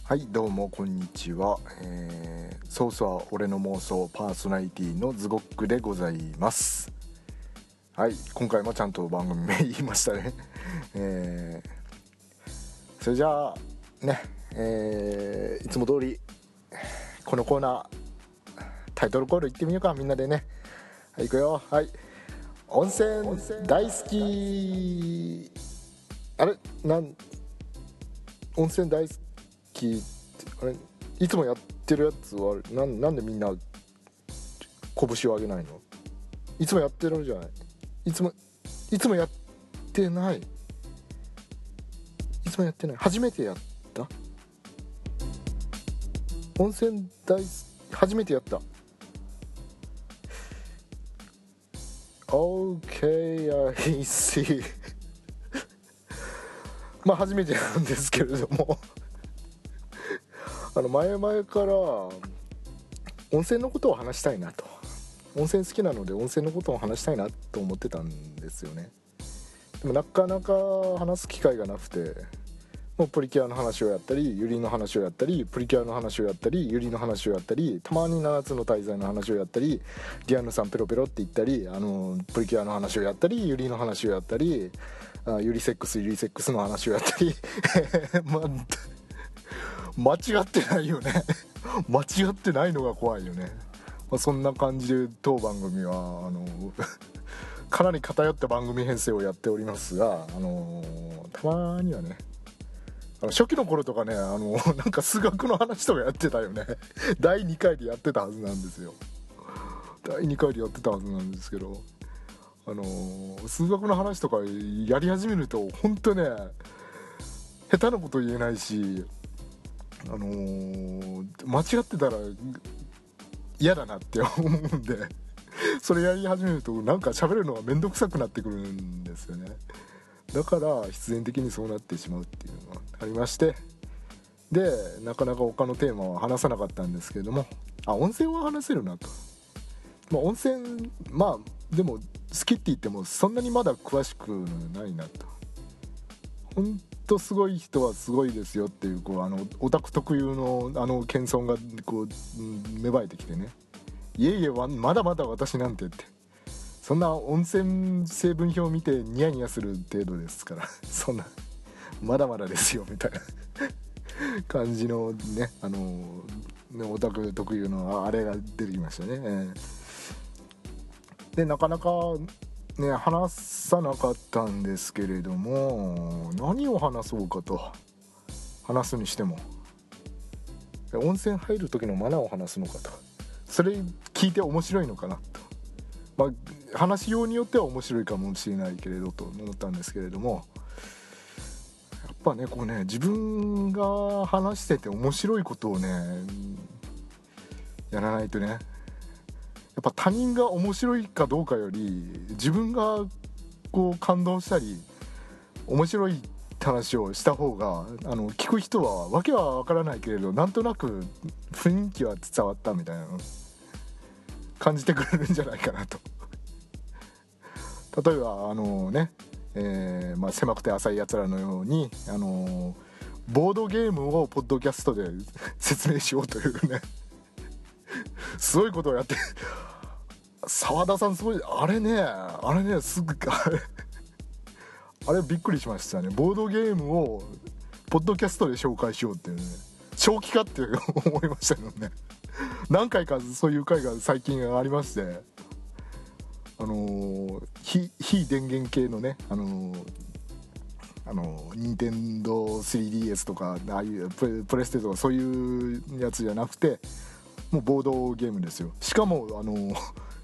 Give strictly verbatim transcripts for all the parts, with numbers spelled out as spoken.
はいどうもこんにちは、えー、ソースは俺の妄想パーソナリティのズゴックでございます。はい今回もちゃんと番組名言いましたね、えー、それじゃあね、えー、いつも通りこのコーナータイトルコールいってみようか、みんなでね。はい行くよ。はい、温泉大好き。あれなん温泉大好きあれいつもやってるやつはな ん, なんでみんな拳を上げないの？いつもやってるじゃない。いつもいつもやってないいつもやってない初めてやった。温泉大好き初めてやった。 OK I see まあ初めてなんですけれどもあの前々から温泉のことを話したいなと、温泉好きなので温泉のことを話したいなと思ってたんですよね。でもなかなか話す機会がなくて、もうプリキュアの話をやったりユリの話をやったりプリキュアの話をやったりユリの話をやったり、たまにななつの大罪の話をやったりディアンヌさんペロペロって言ったり、あのプリキュアの話をやったりユリの話をやったり、あユリセックスユリセックスの話をやったりま間違ってないよね間違ってないのが怖いよね。まあ、そんな感じで当番組はあのかなり偏った番組編成をやっておりますが、あのたまにはね、あの初期の頃とかね、あのなんか数学の話とかやってたよねだいにかいでやってたはずなんですよ。だいにかいでやってたはずなんですけど、あの数学の話とかやり始めると本当ね下手なこと言えないし、あのー、間違ってたら嫌だなって思うんでそれやり始めるとなんか喋るのがめんどくさくなってくるんですよね。だから必然的にそうなってしまうっていうのがありまして、でなかなか他のテーマは話さなかったんですけれども、あ温泉は話せるなと。まあ温泉まあでも好きって言ってもそんなにまだ詳しくないなと。ほんとすごい人はすごいですよっていう、こうあのオタク特有のあの謙遜がこう芽生えてきてね、いえいえまだまだ私なんてって、そんな温泉成分表を見てニヤニヤする程度ですからそんなまだまだですよみたいな感じのね、あのオタク特有のあれが出てきましたね、えー、でなかなかね話さなかったんですけれども、何を話そうかと。話すにしても温泉入る時のマナーを話すのかと、それ聞いて面白いのかなと、まあ話しようによっては面白いかもしれないけれどと思ったんですけれども、やっぱねこうね自分が話してて面白いことをねやらないとね、やっぱ他人が面白いかどうかより自分がこう感動したり面白い話をした方が、あの聞く人はわけはわからないけれどなんとなく雰囲気は伝わったみたいなの感じてくれるんじゃないかなと例えばあのね、えーまあ、狭くて浅いやつらのようにあのボードゲームをポッドキャストで説明しようというねすごいことをやって澤田さんすごい、あれねあれねすぐあれあれびっくりしましたね。ボードゲームをポッドキャストで紹介しようっていうね、正気かって思いましたけどね何回かそういう回が最近ありまして、あのー、非, 非電源系のね、あのーあのー、任天堂 スリーディーエス とかああいうプ レ, プレステとかそういうやつじゃなくて、もうボードゲームですよ。しかもあのー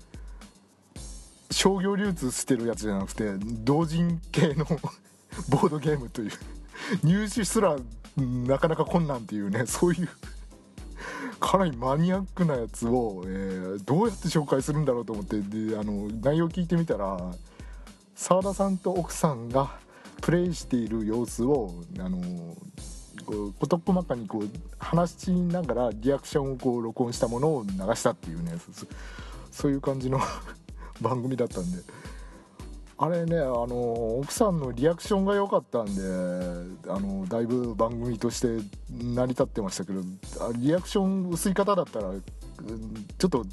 商業流通してるやつじゃなくて同人系のボードゲームという入手すらなかなか困難っていうね、そういうかなりマニアックなやつを、えー、どうやって紹介するんだろうと思って、であの内容聞いてみたら澤田さんと奥さんがプレイしている様子をあの事細かにこう話しながらリアクションをこう録音したものを流したっていうね、そ, そういう感じの番組だったんで、 あれね、あの奥さんのリアクションが良かったんで、あのだいぶ番組として成り立ってましたけど、リアクション薄い方だったらちょっと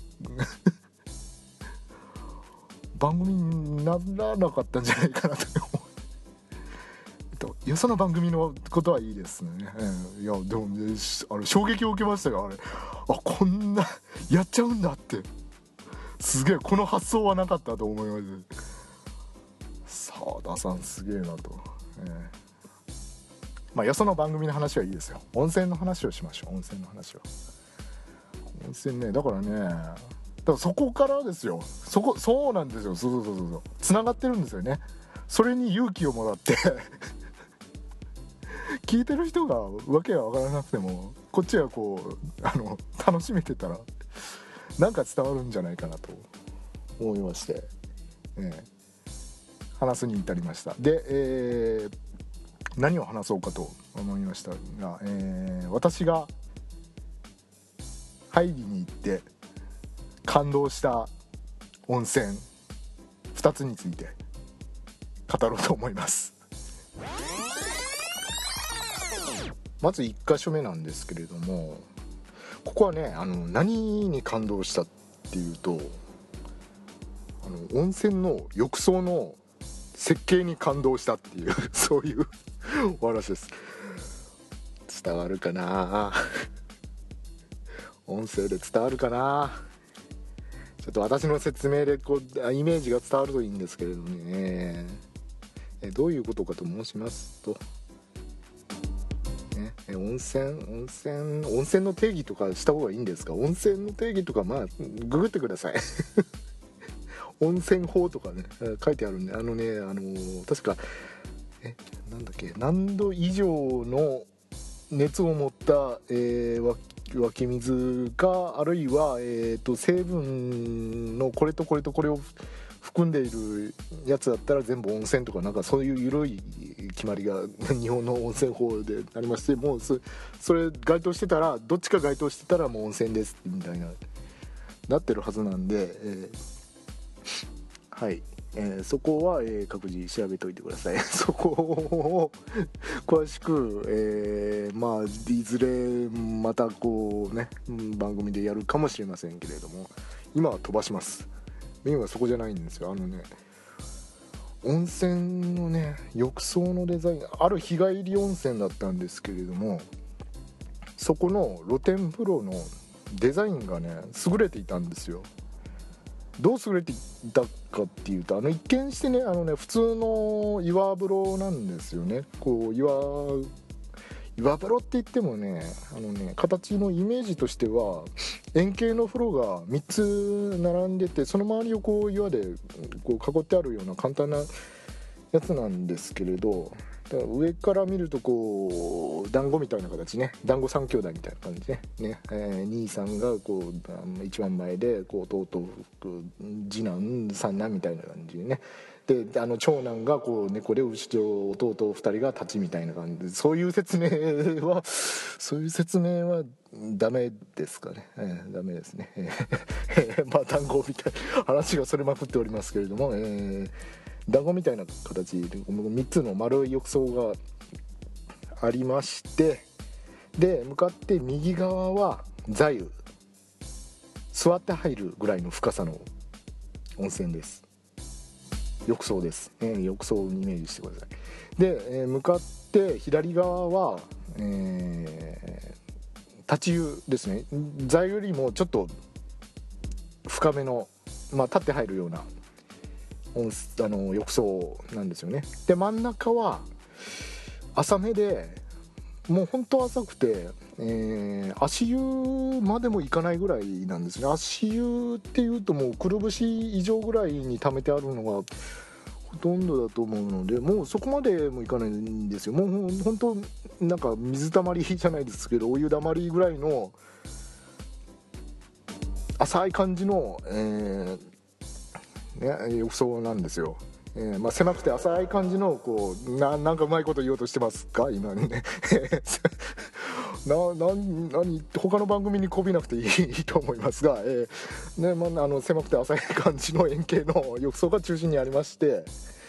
番組にならなかったんじゃないかなと思う。よその番組のことはいいですね、えー、いやでもね、あの衝撃を受けましたよ。あれ、あ、こんなやっちゃうんだって、すげえ、この発想はなかったと思います。澤田さんすげえなと、えー、まあよその番組の話はいいですよ。温泉の話をしましょう。温泉の話を温泉ね、だからね、だからそこからですよ。そこ、そうなんですよ。そうそうそうそう、つながってるんですよね。それに勇気をもらって聞いてる人がわけが分からなくても、こっちはこうあの楽しめてたらなんか伝わるんじゃないかなと思いまして、えー、話すに至りました。で、えー、何を話そうかと思いましたが、えー、私が入りに行って感動した温泉ふたつについて語ろうと思います。まずいっかしょめなんですけれども、ここはね、あの何に感動したっていうと、あの温泉の浴槽の設計に感動したっていうそういうお話です。伝わるかな音声で伝わるかな。ちょっと私の説明でこうイメージが伝わるといいんですけれどね。えどういうことかと申しますと、ね、え温泉温泉温泉の定義とかした方がいいんですか。温泉の定義とかまあググってください温泉法とかね書いてあるんで、あのね、あのー、確かえなんだっけ、何度以上の熱を持った、えー、湧き水か、あるいは、えー、と成分のこれとこれとこれを含んでいるやつだったら全部温泉とか、なんかそういう緩い決まりが日本の温泉法でありまして、もう そ, それ該当してたら、どっちか該当してたらもう温泉ですみたいななってるはずなんで、えー、はい、えー、そこは、えー、各自調べといてくださいそこを詳しく、えー、まあいずれまたこうね番組でやるかもしれませんけれども、今は飛ばします。メインはそこじゃないんですよ。あのね、温泉のね浴槽のデザイン、ある日帰り温泉だったんですけれども、そこの露天風呂のデザインがね優れていたんですよ。どう優れていたかっていうと、あの一見してね、あのね普通の岩風呂なんですよね。こう岩岩風呂って言ってもね、あのね形のイメージとしては円形の風呂がみっつ並んでて、その周りをこう岩でこう囲ってあるような簡単なやつなんですけれど、だから上から見るとこう団子みたいな形ね、団子三兄弟みたいな感じね、ね、えー、兄さんがこう一番前でこう弟次男三男みたいな感じでね、であの長男がこう猫で後ろ弟ふたりが立ちみたいな感じで、そういう説明はそういう説明はダメですかね、えー、ダメですね、えー、まあ団子みたいな話がそれまくっておりますけれども、えー団子みたいな形でみっつの丸い浴槽がありまして、で向かって右側は座右、座って入るぐらいの深さの温泉です。浴槽です、えー、浴槽をイメージしてください。で、えー、向かって左側は、えー、立ち湯ですね。座よりもちょっと深めの、まあ、立って入るようなあの浴槽なんですよね。で真ん中は浅めで、もう本当浅くて、えー、足湯までもいかないぐらいなんですね。足湯っていうともうくるぶし以上ぐらいに溜めてあるのがほとんどだと思うので、もうそこまでもいかないんですよ。もう本当なんか水たまりじゃないですけど、お湯だまりぐらいの浅い感じの、えーね、浴槽なんですよ。えーまあ、狭くて浅い感じのこう な, なんかうまいこと言おうとしてますか今ねなな何他の番組にこびなくていいと思いますが、えーねまあ、あの狭くて浅い感じの円形の浴槽が中心にありまして、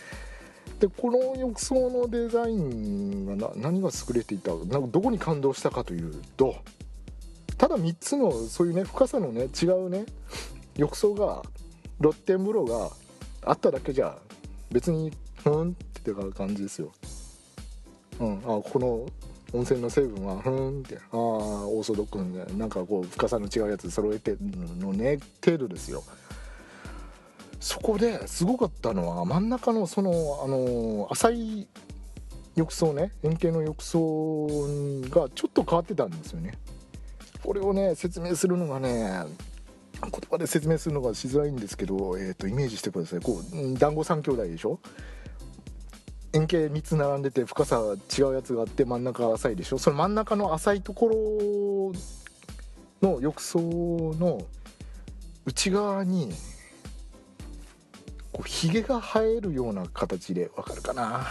でこの浴槽のデザインがな何が優れていた、なんかどこに感動したかというと、ただみっつのそういうね深さのね違うね浴槽が露天風呂があっただけじゃ別にふーんって感じですよ。うん、あこの温泉の成分はふーんって、ああオーソドックスでなんかこう深さの違うやつ揃えてるのね程度ですよ。そこですごかったのは真ん中のそのあの浅い浴槽ね、円形の浴槽がちょっと変わってたんですよね。これをね説明するのがね言葉で説明するのがしづらいんですけど、えー、とイメージしてください。こう団子三兄弟でしょ。円形みっつ並んでて深さ違うやつがあって真ん中が浅いでしょ。その真ん中の浅いところの浴槽の内側にこうひげが生えるような形で、わかるかな。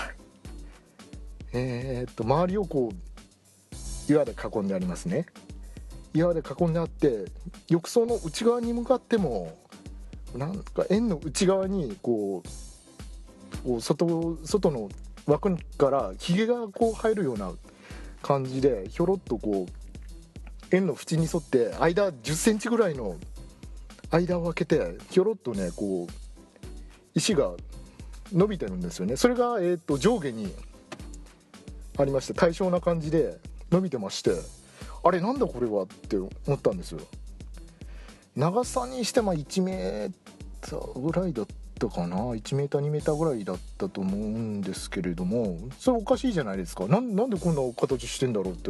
えー、っと周りをこう岩で囲んでありますね。岩で囲んであって浴槽の内側に向かってもなんか円の内側にこうこう 外, 外の枠からひげがこう生えるような感じでひょろっとこう円の縁に沿って間じゅっセンチぐらいの間を空けてひょろっとねこう石が伸びてるんですよね。それが、えー、と上下にありまして対称な感じで伸びてまして、あれなんだこれはって思ったんですよ。長さにしてまあいちメーターぐらいだったかな、いちメーターにメーターぐらいだったと思うんですけれども、それおかしいじゃないですか。 な, なんでこんな形してんだろうって。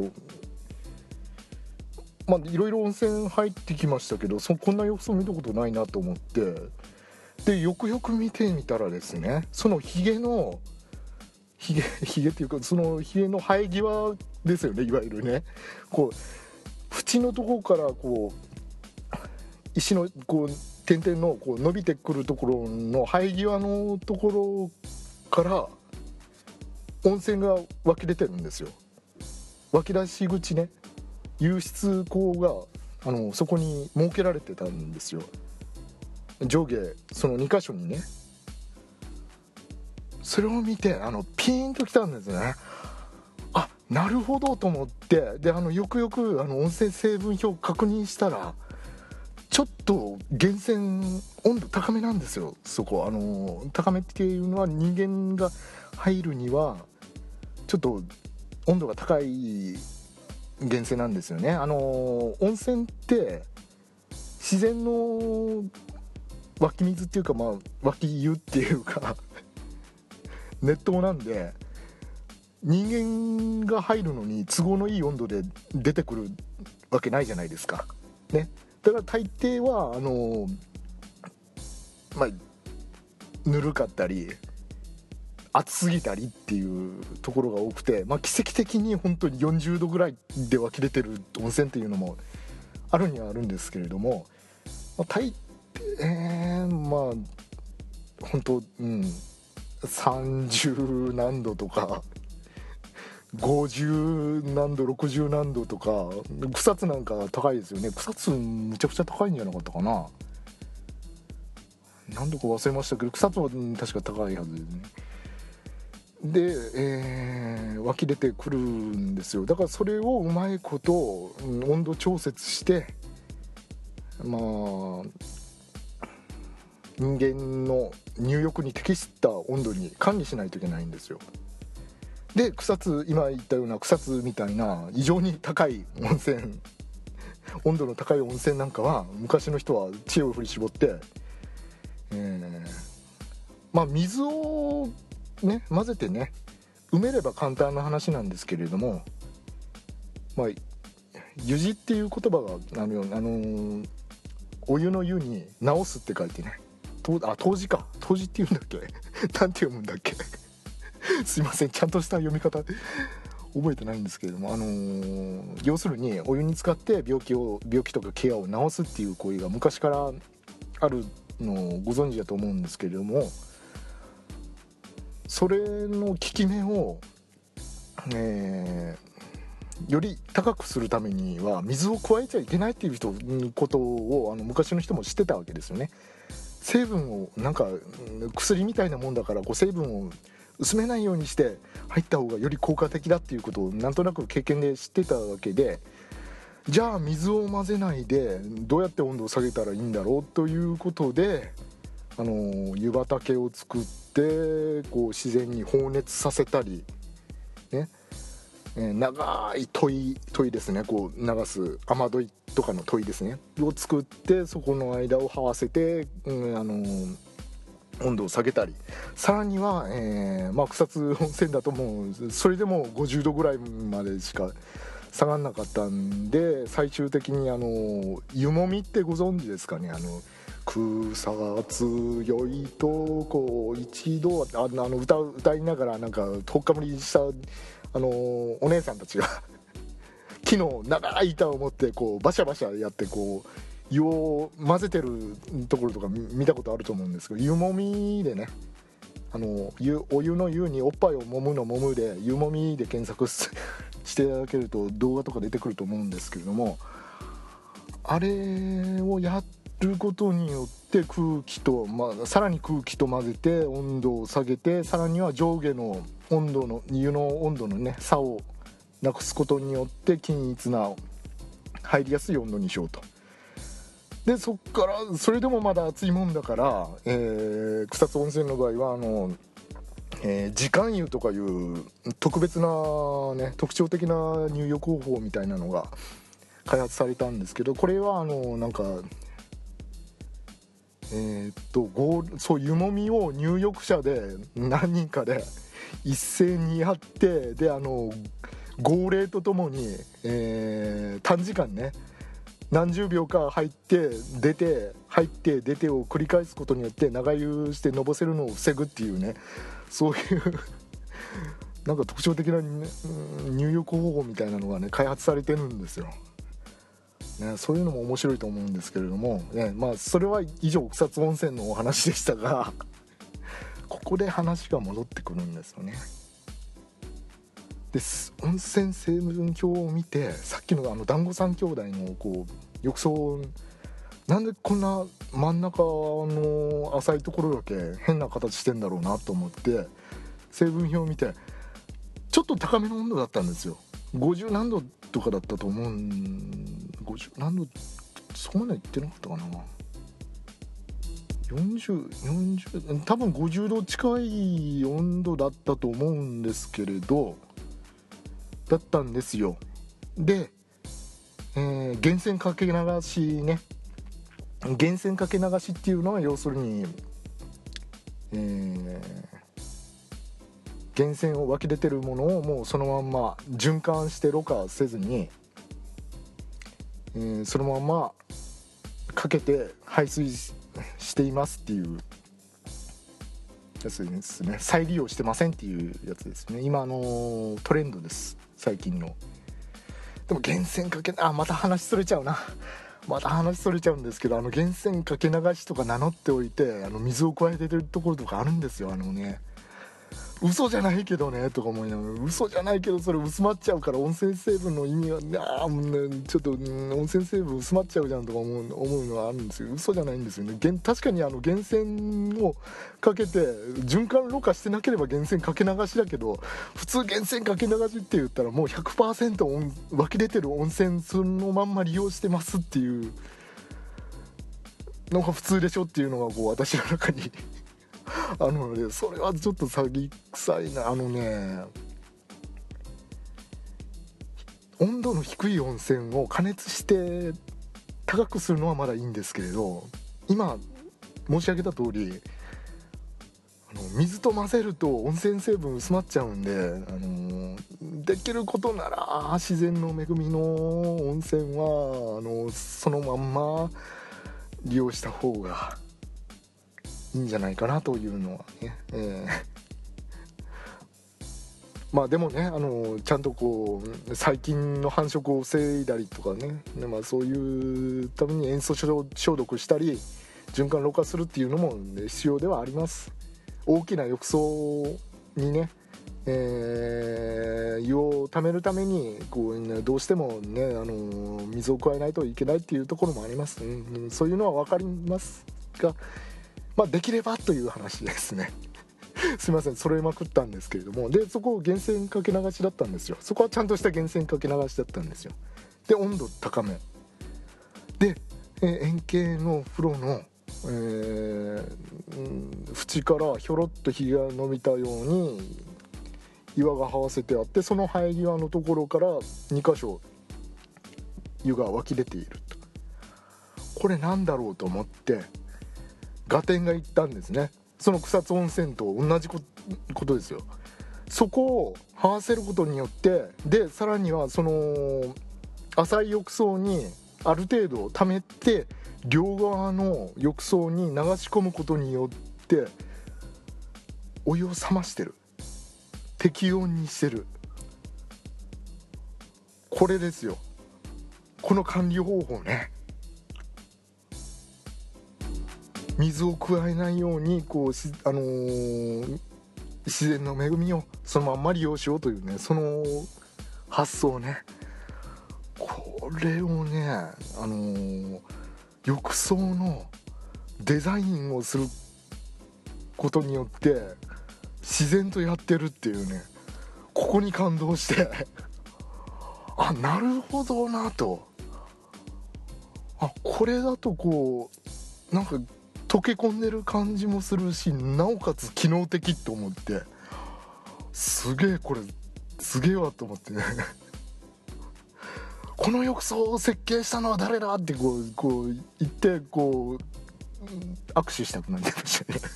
まあいろいろ温泉入ってきましたけどそこんな浴槽見たことないなと思って、でよくよく見てみたらですね、そのヒゲのヒゲヒゲっていうかそのヒゲの生え際ですよね、いわゆるね、こう縁のところからこう石のこう点々のこう伸びてくるところの生え際のところから温泉が湧き出てるんですよ。湧き出し口ね、湧出口があのそこに設けられてたんですよ。上下そのに箇所にね。それを見てあのピーンときたんですね。あ、なるほどと思って、であのよくよくあの温泉成分表を確認したらちょっと源泉温度高めなんですよ。そこあの高めっていうのは人間が入るにはちょっと温度が高い源泉なんですよね。あの温泉って自然の湧き水っていうか、まあ湧き湯っていうか熱湯なんで人間が入るのに都合のいい温度で出てくるわけないじゃないですかね。だから大抵はあのまあぬるかったり暑すぎたりっていうところが多くて、まあ、奇跡的に本当によんじゅうどぐらいで湧き出てる温泉っていうのもあるにはあるんですけれども、まあ、大抵、えー、まあ本当うんさんじゅうなんどとかごじゅうなんどろくじゅうなんどとか、草津なんか高いですよね。草津むちゃくちゃ高いんじゃなかったかな、何度か忘れましたけど草津は確か高いはずですね。で、えー、湧き出てくるんですよ。だからそれをうまいこと、うん、温度調節してまあ人間の入浴に適した温度に管理しないといけないんですよ。で草津、今言ったような草津みたいな異常に高い温泉温度の高い温泉なんかは昔の人は知恵を振り絞って、えー、まあ水をね混ぜてね埋めれば簡単な話なんですけれども、まあ湯治っていう言葉があの、あのー、お湯の湯に直すって書いてね、あ、湯治か、湯治って言うんだっけなんて読むんだっけすいません、ちゃんとした読み方覚えてないんですけれども、あのー、要するにお湯に浸かって病気を病気とかケアを治すっていう行為が昔からあるのをご存知だと思うんですけれども、それの効き目を、えー、より高くするためには水を加えちゃいけないっていう人ことをあの昔の人も知ってたわけですよね。成分をなんか薬みたいなもんだからこう成分を薄めないようにして入った方がより効果的だっていうことをなんとなく経験で知ってたわけで、じゃあ水を混ぜないでどうやって温度を下げたらいいんだろうということで、あの湯畑を作ってこう自然に放熱させたりね、えー、長い問い問いですね、こう流す雨どいとかの問いですねを作って、そこの間を這わせて、うん、あのー温度を下げたり、さらには、えーまあ、草津温泉だともうそれでもごじゅうどぐらいまでしか下がんなかったんで、最終的にあの湯もみってご存知ですかね。あの草が強いとこう一度ああの 歌, 歌いながらなんかとっかむりしたあのお姉さんたちが木の長い板を持ってこうバシャバシャやってこう湯を混ぜてるところとか見たことあると思うんですけど、湯もみでね、あの湯お湯の湯におっぱいを揉むの揉むで湯もみで検索していただけると動画とか出てくると思うんですけれども、あれをやることによって空気と、まあ、さらに空気と混ぜて温度を下げて、さらには上下の温度の湯の温度のね差をなくすことによって均一な入りやすい温度にしようと。でそっからそれでもまだ暑いもんだから、えー、草津温泉の場合はあの、えー、時間湯とかいう特別な、ね、特徴的な入浴方法みたいなのが開発されたんですけど、これはあのなんかえー、っとそう湯もみを入浴者で何人かで一斉にやって、であの号令とともに、えー、短時間ね何十秒か入って出て入って出てを繰り返すことによって長湯してのぼせるのを防ぐっていうね、そういうなんか特徴的な、ね、入浴方法みたいなのがね開発されてるんですよ、ね、そういうのも面白いと思うんですけれども、ね、まあそれは以上草津温泉のお話でしたがここで話が戻ってくるんですよね。で温泉成分表を見て、さっきのあの団子三兄弟のこう浴槽なんでこんな真ん中の浅いところだけ変な形してんだろうなと思って成分表を見て、ちょっと高めの温度だったんですよ。ごじゅう何度とかだったと思うんごじゅう何度そこまでいってなかったかな、よんじゅう、よんじゅう多分ごじゅうど近い温度だったと思うんですけれどだったんですよ。で、えー、源泉かけ流しね、源泉かけ流しっていうのは要するに、えー、源泉を湧き出てるものをもうそのまんま循環してろ過せずに、えー、そのままかけて排水していますっていうやつですね。再利用してませんっていうやつですね。今あのトレンドです最近の。でも源泉かけあまた話それちゃうなまた話それちゃうんですけど、あの源泉かけ流しとか名乗っておいてあの水を加えてるところとかあるんですよ。あのね嘘じゃないけどねとか思いながら、嘘じゃないけどそれ薄まっちゃうから温泉成分の意味はあもう、ね、ちょっと、うん、温泉成分薄まっちゃうじゃんとか思う、思うのはあるんですよ。嘘じゃないんですよね。確かにあの源泉をかけて循環ろ過してなければ源泉かけ流しだけど、普通源泉かけ流しって言ったらもう ひゃくパーセント 温湧き出てる温泉そのまんま利用してますっていうのが普通でしょっていうのがこう私の中にあるので、それはちょっと詐欺臭いな。あのね温度の低い温泉を加熱して高くするのはまだいいんですけれど、今申し上げた通りあの水と混ぜると温泉成分薄まっちゃうんで、あのできることなら自然の恵みの温泉はあのそのまんま利用した方がいいんじゃないかなというのはね、えー、まあでもねあのちゃんとこう細菌の繁殖を防いだりとかね、まあ、そういうために塩素消毒したり循環ろ過するっていうのも必要ではあります。大きな浴槽にね、えー、湯をためるためにこう、ね、どうしてもねあの水を加えないといけないっていうところもあります、うん、そういうのは分かりますが、まあ、できればという話ですねすいませんそれまくったんですけれども、でそこを源泉かけ流しだったんですよ。そこはちゃんとした源泉かけ流しだったんですよ。で温度高めで、えー、円形の風呂の、えー、縁からひょろっと火が伸びたように岩が這わせてあって、その生え際のところからに箇所湯が湧き出ていると。これなんだろうと思って合点がいったんですね。その草津温泉と同じことですよ。そこを這わせることによって、でさらにはその浅い浴槽にある程度溜めて両側の浴槽に流し込むことによってお湯を冷ましてる、適温にしてる。これですよ、この管理方法ね。水を加えないようにこうし、あのー、自然の恵みをそのまんま利用しようというね、その発想ね。これをね、あのー、浴槽のデザインをすることによって自然とやってるっていうね、ここに感動してあ、なるほどなと。あ、これだとこうなんか溶け込んでる感じもするし、なおかつ機能的と思って、すげえこれすげえわと思ってねこの浴槽を設計したのは誰だってこうこう言ってこう握手したくなりましたね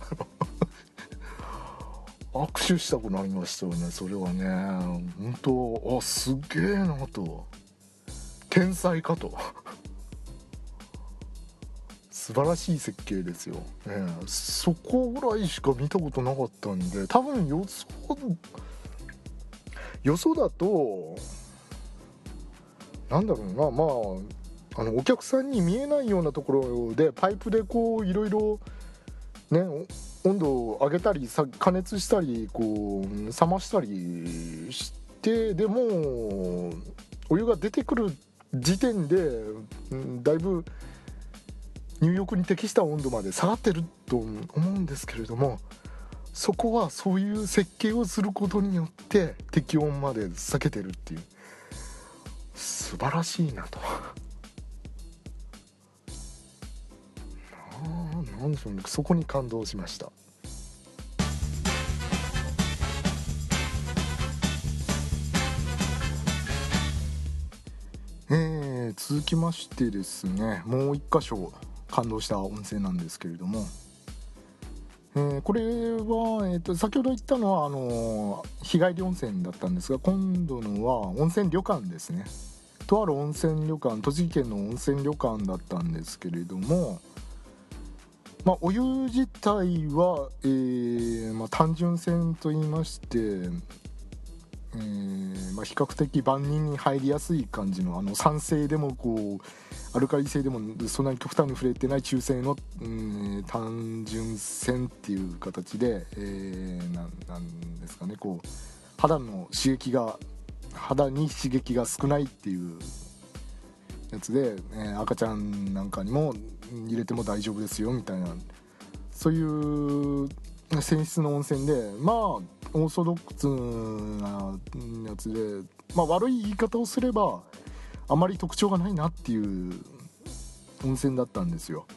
握手したくなりましたよね。それはね、本当、あ、すげえなと、天才かと素晴らしい設計ですよ、ね、そこぐらいしか見たことなかったんで、多分予想予想だとなんだろうな、まああのお客さんに見えないようなところでパイプでこういろいろね温度を上げたりさ加熱したりこう冷ましたりして、でもお湯が出てくる時点で、うん、だいぶ入浴に適した温度まで下がってると思うんですけれども、そこはそういう設計をすることによって適温まで避けてるっていう、素晴らしいなとなんでしょうね、そこに感動しました。えー、続きましてですね、もう一箇所感動した温泉なんですけれども、えー、これは、えー、と先ほど言ったのはあのー、日帰り温泉だったんですが、今度のは温泉旅館ですね。とある温泉旅館、栃木県の温泉旅館だったんですけれども、まあ、お湯自体は、えーまあ、単純泉と言いまして、えーまあ、比較的万人に入りやすい感じの、あの酸性でもこうアルカリ性でもそんなに極端に触れてない中性の、うん、単純泉っていう形で、えー、な, なんですかね、こう肌の刺激が肌に刺激が少ないっていうやつで、えー、赤ちゃんなんかにも入れても大丈夫ですよみたいな、そういう泉質の温泉で、まあオーソドックスなやつで、まあ、悪い言い方をすればあまり特徴がないなっていう温泉だったんですよ。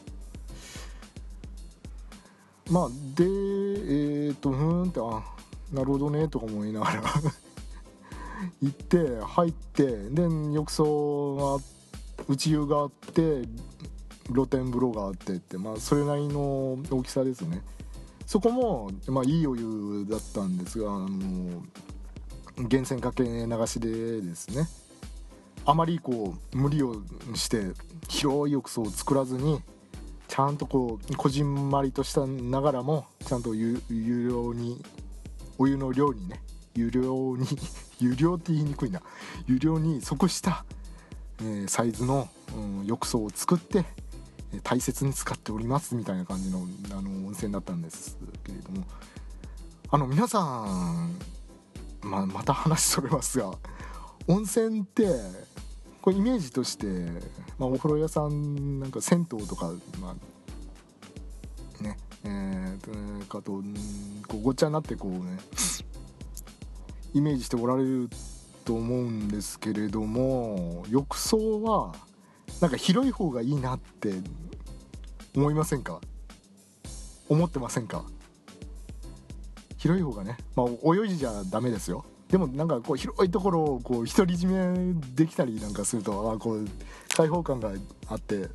まあでえー、っとふーんってあなるほどねとか思いながら行って入って、で浴槽が内湯があって露天風呂があってって、まあそれなりの大きさですね。そこも、まあ、いいお湯だったんですが、あの源泉かけ流しでですね、あまりこう無理をして広い浴槽を作らずに、ちゃんとこうこじんまりとしたながらもちゃんと有料にお湯の量にね有料に有料って言いにくいな有料に即した、えー、サイズの、うん、浴槽を作って大切に使っておりますみたいな感じの、あの温泉だったんですけれども、あの皆さん、まあ、また話それますが、温泉ってこれイメージとして、まあ、お風呂屋さんなんか銭湯とか、まあねえー、 かとこうごっちゃになってこうねイメージしておられると思うんですけれども、浴槽はなんか広い方がいいなって思いませんか？思ってませんか？広い方がね、まあ泳いじゃダメですよ。でもなんかこう広いところをこう独り占めできたりなんかすると、あこう開放感があって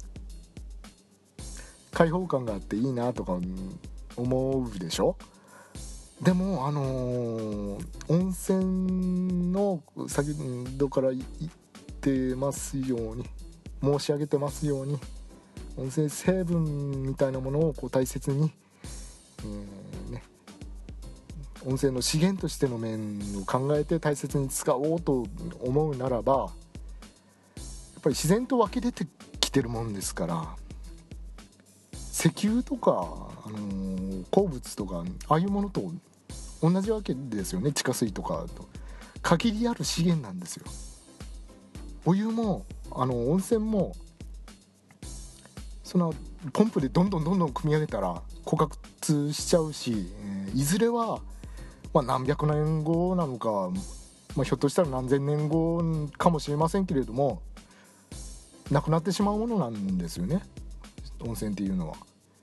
開放感があっていいなとか思うでしょ。でもあのー、温泉の先ほどから言ってますように申し上げてますように温泉成分みたいなものをこう大切に、えーね、温泉の資源としての面を考えて大切に使おうと思うならば、やっぱり自然と湧き出てきてるもんですから、石油とか、あのー、鉱物とかああいうものと同じわけですよね。地下水とかと限りある資源なんですよ。お湯もあの温泉もそのポンプでどんどんどんどん汲み上げたら枯渇しちゃうし、えー、いずれは、まあ、何百年後なのか、まあ、ひょっとしたら何千年後かもしれませんけれどもなくなってしまうものなんですよね、温泉っていうのは。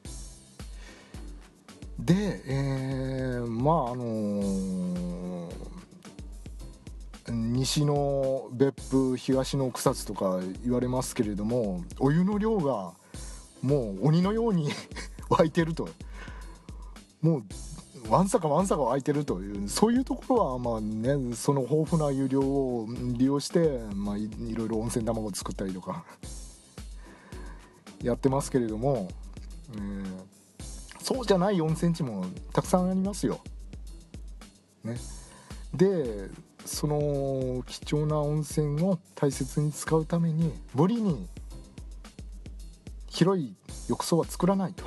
で、えー、まああのー、西の別府東の草津とか言われますけれども、お湯の量がもう鬼のように湧いてると、もうわんさかわんさか湧いてるという、そういうところはまあね、その豊富な湯量を利用して、まあ、い, いろいろ温泉卵を作ったりとかやってますけれども、えーそうじゃない温泉地もたくさんありますよ、ね、でその貴重な温泉を大切に使うために無理に広い浴槽は作らないと、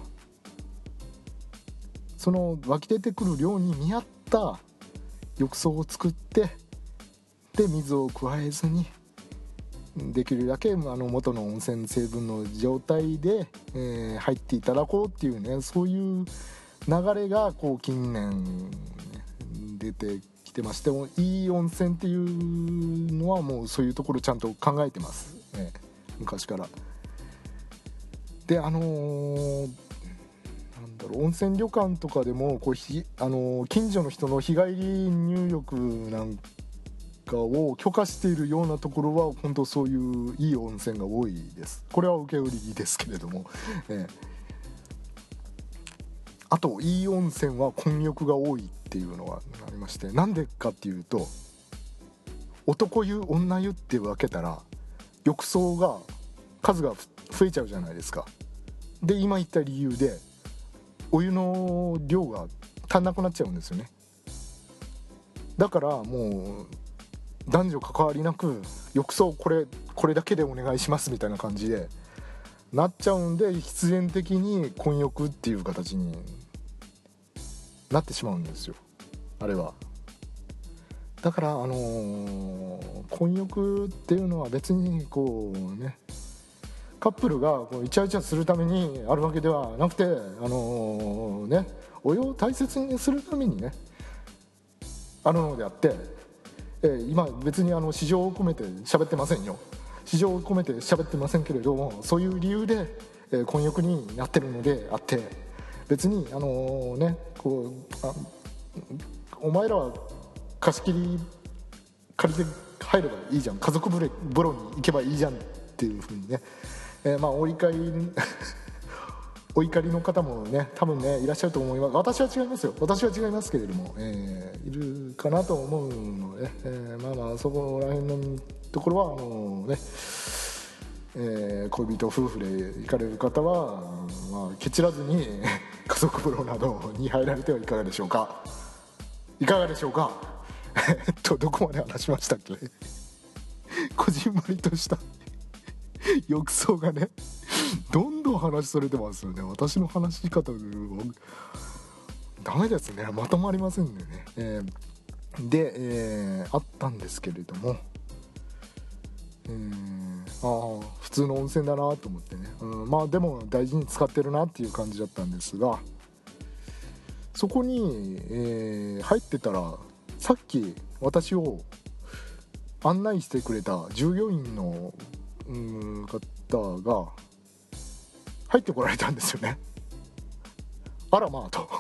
その湧き出てくる量に見合った浴槽を作って、で水を加えずにできるだけあの元の温泉成分の状態で、えー、入っていただこうっていうね、そういう流れがこう近年、ね、出てきてまして、もいい温泉っていうのはもうそういうところちゃんと考えてます、ね、昔から。であのー、なんだろう、温泉旅館とかでもこうひ、あのー、近所の人の日帰り入浴なんかを許可しているようなところは本当そういういい温泉が多いです。これは受け売りですけれども、ええ、あといい温泉は混浴が多いっていうのがありまして、なんでかっていうと、男湯女湯って分けたら浴槽が数が増えちゃうじゃないですか。で今言った理由でお湯の量が足んなくなっちゃうんですよね。だからもう男女関わりなく浴槽これこれだけでお願いしますみたいな感じでなっちゃうんで、必然的に混浴っていう形になってしまうんですよ、あれは。だからあのー、混浴っていうのは別にこうね、カップルがこうイチャイチャするためにあるわけではなくて、あのー、ね、お湯を大切にするためにねあるのであって、えー、今別にあの市場を込めて喋ってませんよ。市場を込めて喋ってませんけれども、そういう理由で、えー、混浴になってるのであって、別にあのー、ねこうあお前らは貸し切り借りて入ればいいじゃん、家族風呂に行けばいいじゃんっていう風にね、えー、まあお怒りお怒りの方もね多分ねいらっしゃると思います。私は違いますよ、私は違いますけれども、えー、いるかなと思うので、えー、まあまあそこら辺のところはあのね、えー、恋人夫婦で行かれる方は、まあ、ケチらずに家族風呂などに入られてはいかがでしょうか。いかがでしょうかえっとどこまで話しましたっけこじんまりとした浴槽がねどんどん話されてますよね。私の話し方ダメですね、まとまりませんね、えー、で、えー、あったんですけれども、えー、ああ普通の温泉だなと思ってね、うん、まあでも大事に使ってるなっていう感じだったんですが、 そこに、えー入ってたら、さっき私を案内してくれた従業員のうーん方が入ってこられたんですよね。あらまあと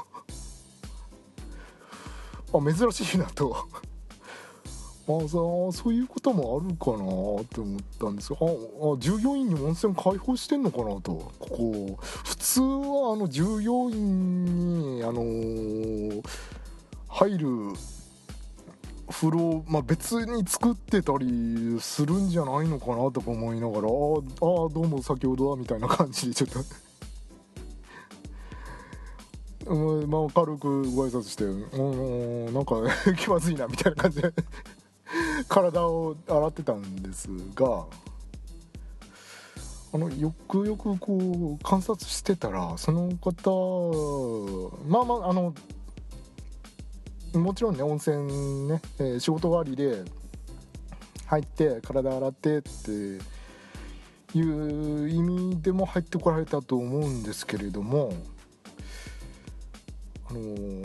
あ、珍しいなとあ、そうそういうこともあるかなって思ったんですが、ああ、従業員に温泉開放してんのかなと。ここ普通はあの従業員にあのー入る風呂、まあ、別に作ってたりするんじゃないのかなとか思いながら、ああどうも先ほどはみたいな感じでちょっとうん、まあ、軽くご挨拶して、うん、なんか気まずいなみたいな感じで体を洗ってたんですが、あのよくよくこう観察してたら、その方、まあまああのもちろんね、温泉ね、えー仕事終わりで入って体洗ってっていう意味でも入ってこられたと思うんですけれども、あのー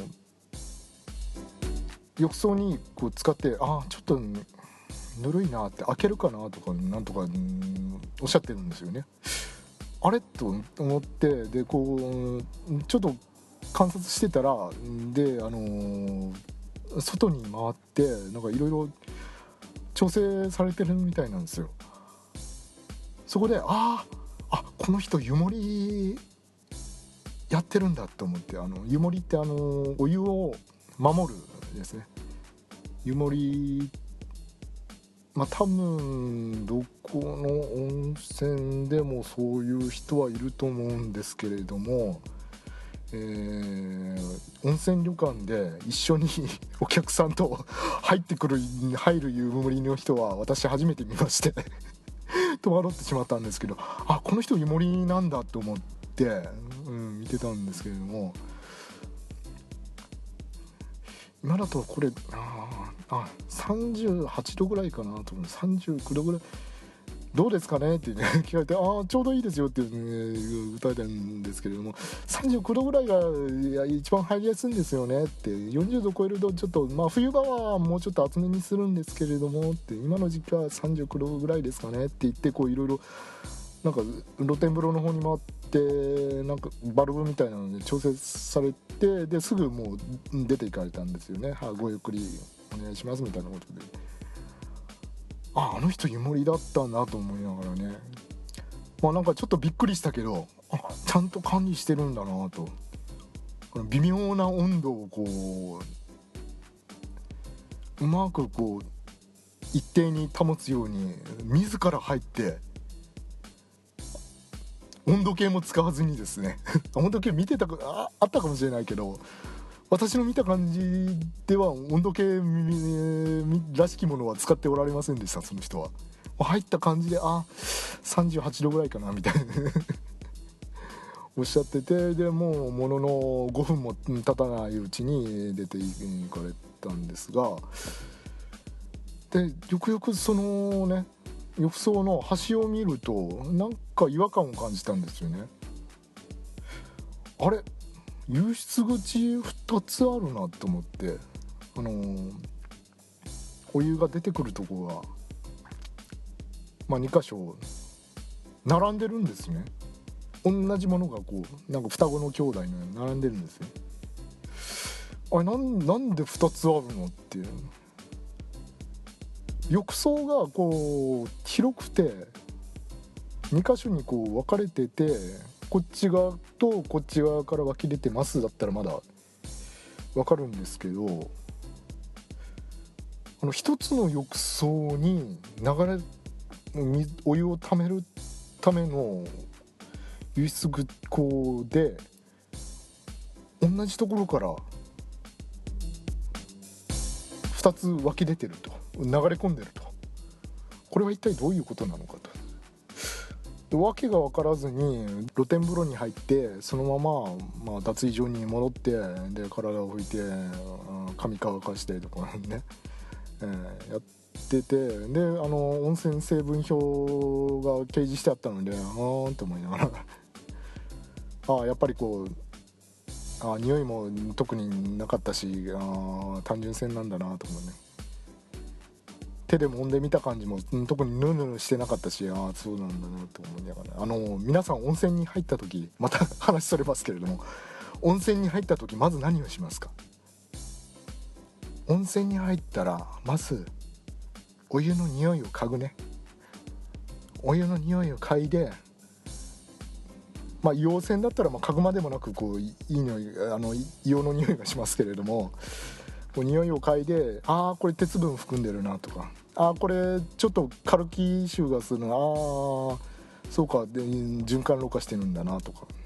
浴槽にこう使って、ああちょっとぬるいなって、開けるかなとかなんとかうんおっしゃってるんですよね。あれと思って、でこうちょっと観察してたら、であのー外に回ってなんかいろいろ調整されてるみたいなんですよ。そこで、あああこの人湯守りやってるんだと思って、あの湯守りってあのお湯を守るですね。湯守り、まあ多分どこの温泉でもそういう人はいると思うんですけれども、えー温泉旅館で一緒にお客さんと入ってくる入る湯守りの人は私初めて見まして戸惑ってしまったんですけど、あこの人湯守りなんだと思って、うん、見てたんですけれども、今だとこれああさんじゅうはちどぐらいかなと思う、さんじゅうきゅうどぐらいどうですかねって、ね、聞かれて、ああちょうどいいですよって、ね、歌えたんですけれども、さんじゅうきゅうどぐらいがいや一番入りやすいんですよねって、よんじゅうど超えるとちょっと、まあ、冬場はもうちょっと厚めにするんですけれどもって、今の時期はさんじゅうきゅうどぐらいですかねって言って、こういろいろなんか露天風呂の方に回ってなんかバルブみたいなので調整されて、ですぐもう出て行かれたんですよね。はごゆっくりお願いしますみたいなことで、ああの人湯守りだったんだと思いながらね、まあなんかちょっとびっくりしたけど、あちゃんと管理してるんだなと、この微妙な温度をこううまくこう一定に保つように自ら入って温度計も使わずにですね温度計見てたか あ, あったかもしれないけど、私の見た感じでは温度計らしきものは使っておられませんでした。その人は入った感じで、あさんじゅうはちどぐらいかなみたいなおっしゃってて、でもうもののごふんも経たないうちに出て行かれたんですが、でよくよくそのね浴槽の端を見るとなんか違和感を感じたんですよね。あれ湧出口ふたつあるなと思って、あのー、お湯が出てくるとこが、まあ、にかしょ並んでるんですね。同じものがこうなんか双子の兄弟のように並んでるんですね。あれ な, んなんでふたつあるのっていう、浴槽がこう広くてにかしょにこう分かれてて、こっち側とこっち側から湧き出てますだったらまだ分かるんですけど、あの一つの浴槽に流れお湯をためるための湧出口で同じところからふたつ湧き出てると、流れ込んでると、これは一体どういうことなのかと、わけが分からずに露天風呂に入ってそのまま、まあ、脱衣所に戻って、で体を拭いて髪乾かしてとかね、えー、やってて、であの温泉成分表が掲示してあったので、あーんと思いながらああやっぱりこうあ匂いも特になかったし、あ単純泉なんだなと思うね。手で揉んでみた感じも特にヌヌヌしてなかったし、ああそうなんだなと思いながら、あの皆さん温泉に入った時、また話それますけれども、温泉に入った時まず何をしますか？温泉に入ったらまずお湯の匂いを嗅ぐね。お湯の匂いを嗅いで、まあ硫黄泉だったらまあ嗅ぐまでもなくこういい匂い、あの硫黄の匂いがしますけれども、こう匂いを嗅いで、ああこれ鉄分含んでるなとか、ああこれちょっとカルキ臭がするな、ああそうかで循環ろ過してるんだなとか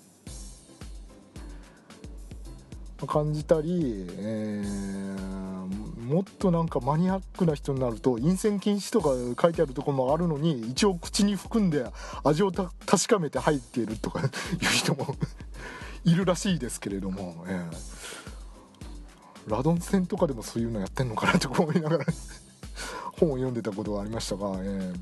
感じたり、えー、もっとなんかマニアックな人になると陰泉禁止とか書いてあるところもあるのに、一応口に含んで味をた確かめて入っているとかいう人もいるらしいですけれども、えー、ラドン泉とかでもそういうのやってんのかなと思いながら本を読んでたことがありましたが、え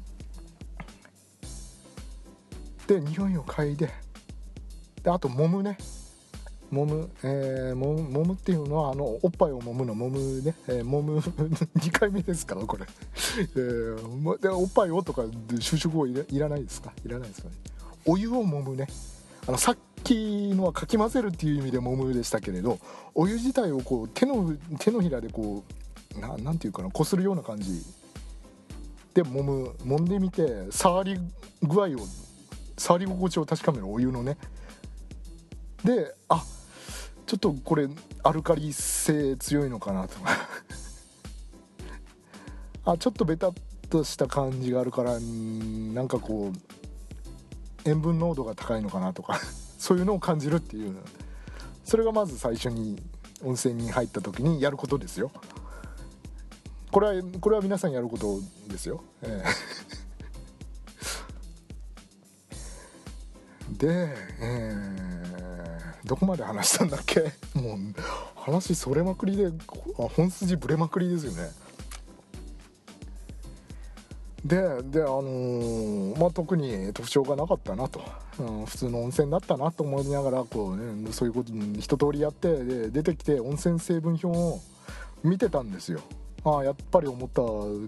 ー、で匂いを嗅いで、であと揉むね。揉む、えー、揉む、揉むっていうのはあのおっぱいを揉むの揉むね、えー、揉むにかいめですからこれ、えー、でおっぱいをとか就職後いら、いらないですかいらないですかね。お湯を揉むね。あのさっきのはかき混ぜるっていう意味で揉むでしたけれど、お湯自体をこう手の手のひらでこう な, なんていうかなこするような感じで揉む、揉んでみて触り具合を触り心地を確かめる、お湯のね。で、あちょっとこれアルカリ性強いのかなとあちょっとベタっとした感じがあるから、なんかこう塩分濃度が高いのかなとかそういうのを感じるっていう、それがまず最初に温泉に入った時にやることですよ。これはこれは皆さんやることですよ、えー、で、えー、どこまで話したんだっけもう話それまくりで本筋ぶれまくりですよね。でであのー、まあ特に特徴がなかったなと、うん、普通の温泉だったなと思いながらこう、ね、そういうこと一通りやって、で出てきて温泉成分表を見てたんですよ。ああやっぱり思った、うん、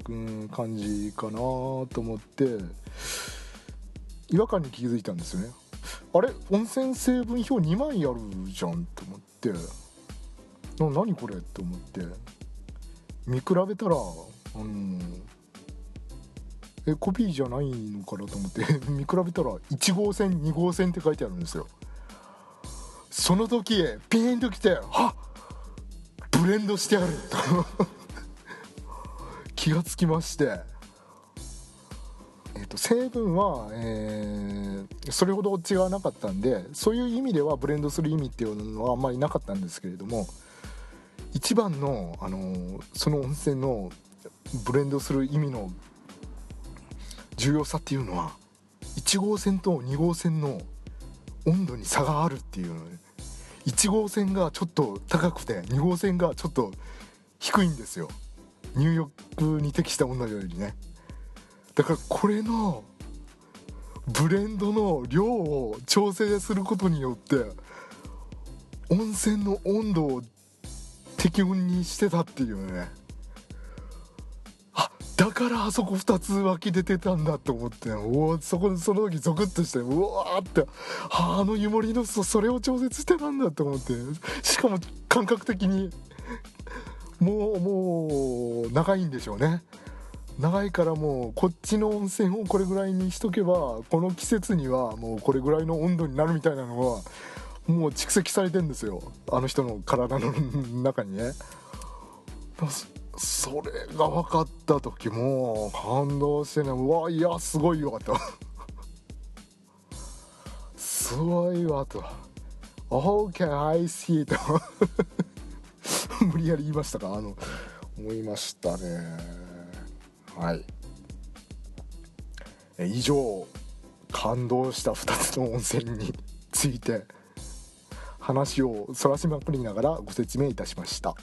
感じかなと思って違和感に気づいたんですよね。あれ温泉成分表にまいあるじゃんと思って、な何これと思って見比べたら、あのーえコピーじゃないのかなと思って見比べたらいち号線に号線って書いてあるんですよ。その時ピーンときて、はっブレンドしてあると気がつきまして、えー、と成分は、えー、それほど違わなかったんで、そういう意味ではブレンドする意味っていうのはあんまりなかったんですけれども、一番の、あのー、その温泉のブレンドする意味の重要さっていうのは、いち号線とに号線の温度に差があるっていうのね。いち号線がちょっと高くてに号線がちょっと低いんですよ、入浴に適した温度よりね。だからこれのブレンドの量を調整することによって温泉の温度を適温にしてたっていうね。だからあそこふたつ湧き出てたんだと思って、おそこその時ゾクッとして、うわーって、はあ、あの湯守の そ, それを調節してたんだと思って、しかも感覚的にもうもう長いんでしょうね。長いからもうこっちの温泉をこれぐらいにしとけばこの季節にはもうこれぐらいの温度になるみたいなのはもう蓄積されてるんですよ、あの人の体の中にね。それが分かった時も感動してね、うわいやすごいわとすごいわと OK I see と無理やり言いましたか、あの思いましたね。はい、え以上感動したふたつの温泉について話をそらしまくりながらご説明いたしました。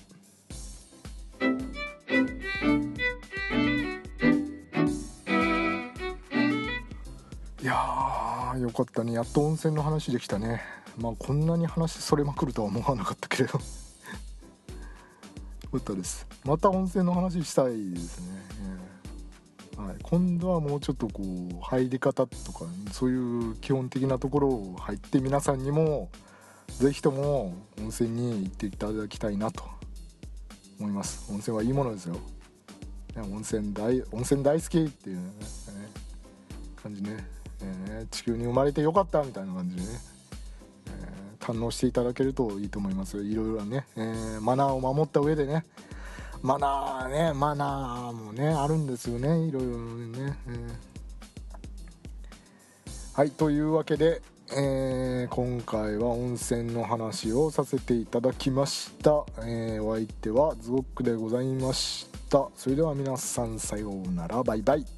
いやーよかったね、やっと温泉の話できたね。 まあこんなに話それまくるとは思わなかったけれどよかったです。また温泉の話したいですね、えーはい、今度はもうちょっとこう入り方とかそういう基本的なところを入って皆さんにもぜひとも温泉に行っていただきたいなと思います。温泉はいいものですよ。温泉大温泉大好きっていう、ね、感じね、えー、地球に生まれてよかったみたいな感じでね、えー、堪能していただけるといいと思います。いろいろね、えー、マナーを守った上でね、マナーねマナーもねあるんですよね、いろいろね、えー、はいというわけで、えー、今回は温泉の話をさせていただきました、えー、お相手はズゴックでございました。それでは皆さんさようなら、バイバイ。